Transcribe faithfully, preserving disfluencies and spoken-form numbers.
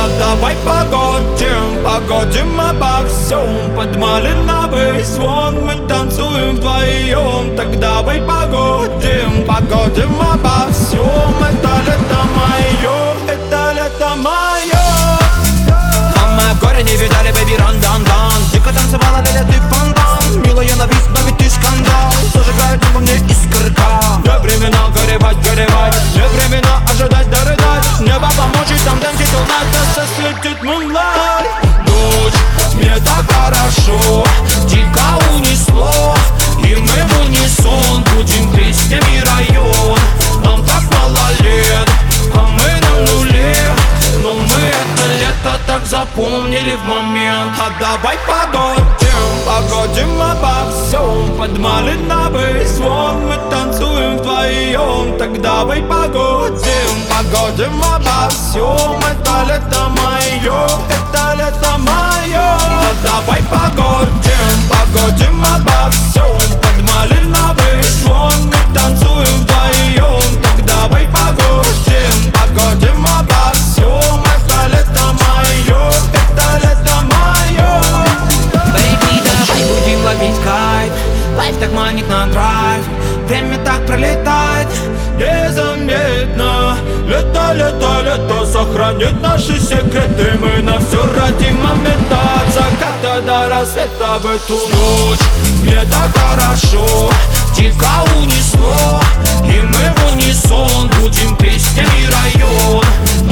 А давай погодим, погодим обо всем. Под малиновый звон мы танцуем вдвоем. Так давай погодим, погодим обо всем. Это лето мое, это лето мое. А мы в горе не видали, baby, ран-дан-дан. Дико танцевала, леля, ты фонтан. Милая на вид, но ведь ты скандал. Зажигает во мне искорка. Не времена горевать, горевать. Не времена ожидать, дорыдать. Небо помочь, там танцить all night. Да сосветит moonlight. Ночь, мне так хорошо. Дико унесло. И мы в унисон будем песнями район. Нам так мало лет, а мы на нуле. Но мы это лето так запомнили в момент. А давай погодим, погодим обо всем. Под малиновый звон мы танцуем вдвоем. Так давай погодим, погодим обо всем. Это лето мое, это лето мое. А давай погодим, погодим обо всем. Под малиновый звон мы танцуем вдвоем. Так давай погодим, погодим обо всем. Это лето мое, это лето мое. Baby, давай будем ловить кайф. Лайф так манит на драйв. Время так пролетает незаметно. Лето, лето, лето сохранит наши секреты. Мы на все ради момента. От заката до рассвета в эту ночь. Мне так хорошо, дико унесло. И мы в унисон будем песнями район.